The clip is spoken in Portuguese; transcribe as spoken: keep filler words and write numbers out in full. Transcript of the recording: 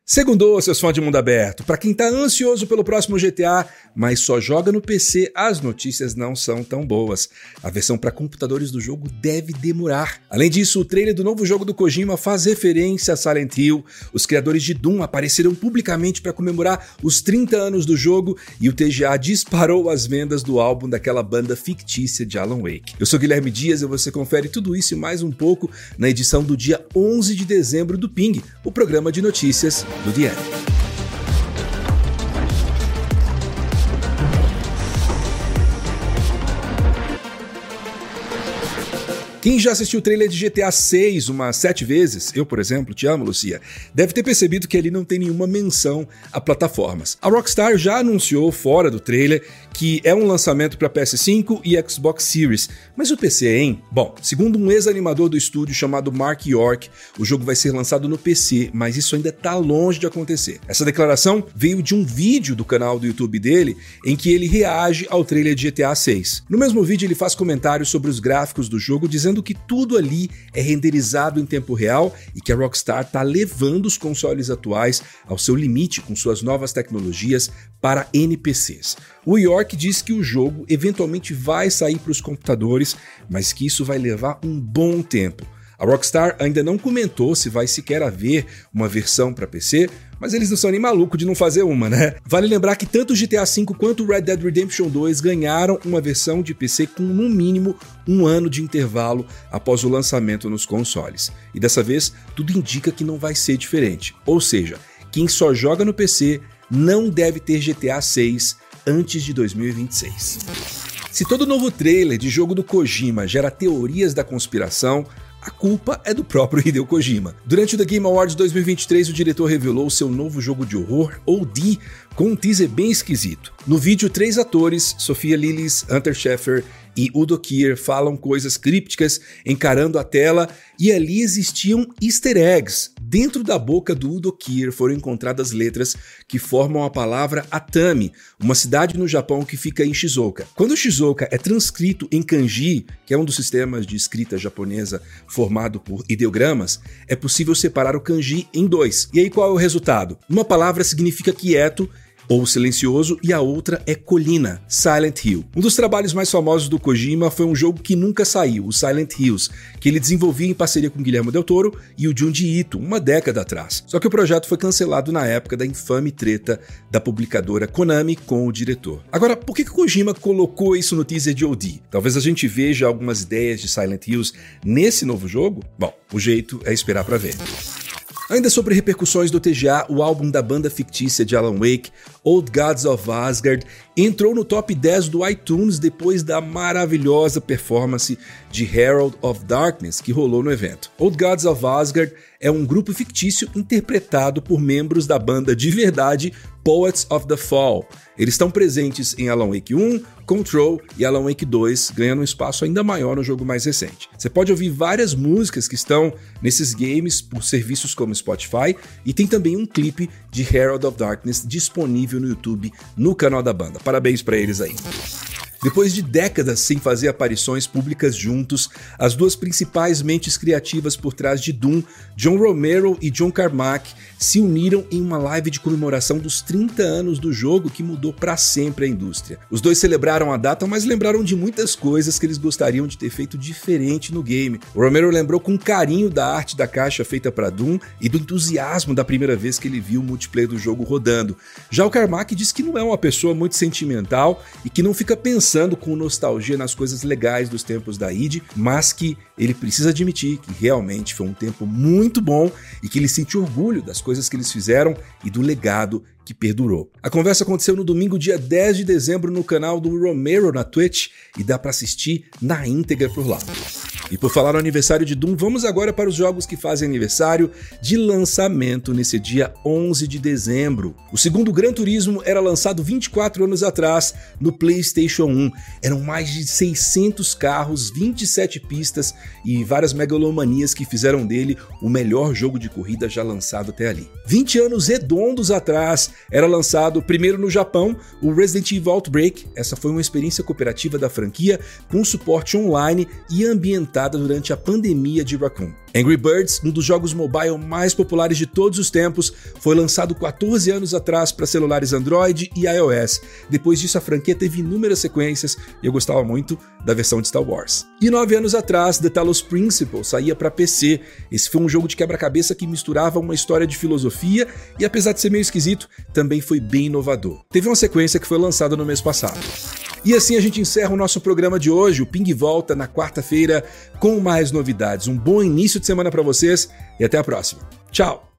Segundou, seus fãs de mundo aberto. Pra quem tá ansioso pelo próximo G T A, mas só joga no P C, as notícias não são tão boas. A versão para computadores do jogo deve demorar. Além disso, o trailer do novo jogo do Kojima faz referência a Silent Hill. Os criadores de Doom apareceram publicamente para comemorar os trinta anos do jogo e o T G A disparou as vendas do álbum daquela banda fictícia de Alan Wake. Eu sou Guilherme Dias e você confere tudo isso e mais um pouco na edição do dia onze de dezembro do Ping, o programa de notícias do Diário. Quem já assistiu o trailer de G T A seis umas sete vezes, eu por exemplo, te amo, Lucia, deve ter percebido que ali não tem nenhuma menção a plataformas. A Rockstar já anunciou fora do trailer que é um lançamento para P S cinco e Xbox Series, mas o P C, hein? Bom, segundo um ex-animador do estúdio chamado Mark York, o jogo vai ser lançado no P C, mas isso ainda tá longe de acontecer. Essa declaração veio de um vídeo do canal do YouTube dele, em que ele reage ao trailer de G T A seis. No mesmo vídeo ele faz comentários sobre os gráficos do jogo, dizendo que tudo ali é renderizado em tempo real e que a Rockstar tá levando os consoles atuais ao seu limite com suas novas tecnologias para N P Cs. O York diz que o jogo eventualmente vai sair para os computadores, mas que isso vai levar um bom tempo. A Rockstar ainda não comentou se vai sequer haver uma versão para P C, mas eles não são nem malucos de não fazer uma, né? Vale lembrar que tanto o G T A cinco quanto o Red Dead Redemption dois ganharam uma versão de P C com no mínimo um ano de intervalo após o lançamento nos consoles. E dessa vez, tudo indica que não vai ser diferente. Ou seja, quem só joga no P C não deve ter G T A seis antes de dois mil e vinte e seis. Se todo novo trailer de jogo do Kojima gera teorias da conspiração, a culpa é do próprio Hideo Kojima. Durante o The Game Awards dois mil e vinte e três, o diretor revelou seu novo jogo de horror, O D, com um teaser bem esquisito. No vídeo, três atores, Sophia Lillis, Hunter Schafer e Udo Kier, falam coisas crípticas encarando a tela e ali existiam easter eggs. Dentro da boca do Udo Kier foram encontradas letras que formam a palavra Atami, uma cidade no Japão que fica em Shizuoka. Quando Shizuoka é transcrito em kanji, que é um dos sistemas de escrita japonesa formado por ideogramas, é possível separar o kanji em dois. E aí qual é o resultado? Uma palavra significa quieto ou silencioso, e a outra é colina, Silent Hill. Um dos trabalhos mais famosos do Kojima foi um jogo que nunca saiu, o Silent Hills, que ele desenvolvia em parceria com Guillermo del Toro e o Junji Ito, uma década atrás. Só que o projeto foi cancelado na época da infame treta da publicadora Konami com o diretor. Agora, por que que o Kojima colocou isso no teaser de O D? Talvez a gente veja algumas ideias de Silent Hills nesse novo jogo? Bom, o jeito é esperar pra ver. Ainda sobre repercussões do T G A, o álbum da banda fictícia de Alan Wake, Old Gods of Asgard, entrou no top dez do iTunes depois da maravilhosa performance de Herald of Darkness que rolou no evento. Old Gods of Asgard é um grupo fictício interpretado por membros da banda de verdade Poets of the Fall. Eles estão presentes em Alan Wake um, Control e Alan Wake dois, ganhando um espaço ainda maior no jogo mais recente. Você pode ouvir várias músicas que estão nesses games por serviços como Spotify e tem também um clipe de Herald of Darkness disponível no YouTube no canal da banda. Parabéns pra eles aí. Depois de décadas sem fazer aparições públicas juntos, as duas principais mentes criativas por trás de Doom, John Romero e John Carmack, se uniram em uma live de comemoração dos trinta anos do jogo que mudou para sempre a indústria. Os dois celebraram a data, mas lembraram de muitas coisas que eles gostariam de ter feito diferente no game. O Romero lembrou com carinho da arte da caixa feita para Doom e do entusiasmo da primeira vez que ele viu o multiplayer do jogo rodando. Já o Carmack diz que não é uma pessoa muito sentimental e que não fica pensando com nostalgia nas coisas legais dos tempos da I D, mas que ele precisa admitir que realmente foi um tempo muito bom e que ele sente orgulho das coisas que eles fizeram e do legado que perdurou. A conversa aconteceu no domingo, dia dez de dezembro, no canal do Romero na Twitch e dá para assistir na íntegra por lá. E por falar no aniversário de Doom, vamos agora para os jogos que fazem aniversário de lançamento nesse dia onze de dezembro. O segundo Gran Turismo era lançado vinte e quatro anos atrás no PlayStation um. Eram mais de seiscentos carros, vinte e sete pistas e várias megalomanias que fizeram dele o melhor jogo de corrida já lançado até ali. vinte anos redondos atrás era lançado primeiro no Japão o Resident Evil Outbreak. Essa foi uma experiência cooperativa da franquia com suporte online e ambiental lançada durante a pandemia de Raccoon. Angry Birds, um dos jogos mobile mais populares de todos os tempos, foi lançado quatorze anos atrás para celulares Android e iOS. Depois disso, a franquia teve inúmeras sequências e eu gostava muito da versão de Star Wars. E nove anos atrás, The Talos Principle saía para P C. Esse foi um jogo de quebra-cabeça que misturava uma história de filosofia e, apesar de ser meio esquisito, também foi bem inovador. Teve uma sequência que foi lançada no mês passado. E assim a gente encerra o nosso programa de hoje. O Ping volta na quarta-feira com mais novidades. Um bom início de semana para vocês e até a próxima. Tchau!